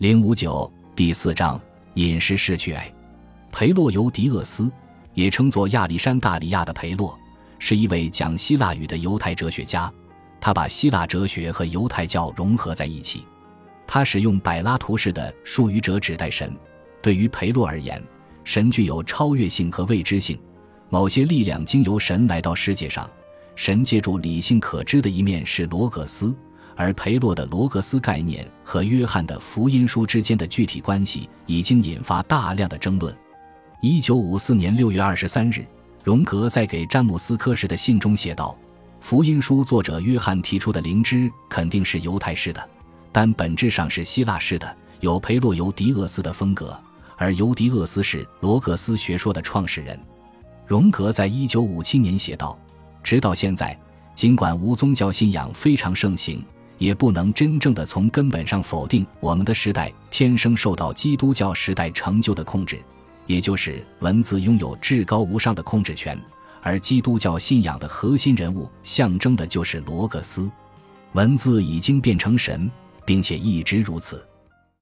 059第4章饮食失去爱。培洛尤狄厄斯，也称作亚历山大里亚的培洛，是一位讲希腊语的犹太哲学家，他把希腊哲学和犹太教融合在一起。他使用柏拉图式的术语者指代神，对于培洛而言，神具有超越性和未知性，某些力量经由神来到世界上，神借助理性可知的一面是罗格斯，而培洛的罗格斯概念和约翰的福音书之间的具体关系已经引发大量的争论。1954年6月23日，荣格在给詹姆斯科什的信中写道，福音书作者约翰提出的灵知肯定是犹太式的，但本质上是希腊式的，有培洛尤狄厄斯的风格，而尤狄厄斯是罗格斯学说的创始人。荣格在1957年写道，直到现在，尽管无宗教信仰非常盛行，也不能真正的从根本上否定我们的时代天生受到基督教时代成就的控制，也就是文字拥有至高无上的控制权，而基督教信仰的核心人物象征的就是罗格斯。文字已经变成神，并且一直如此。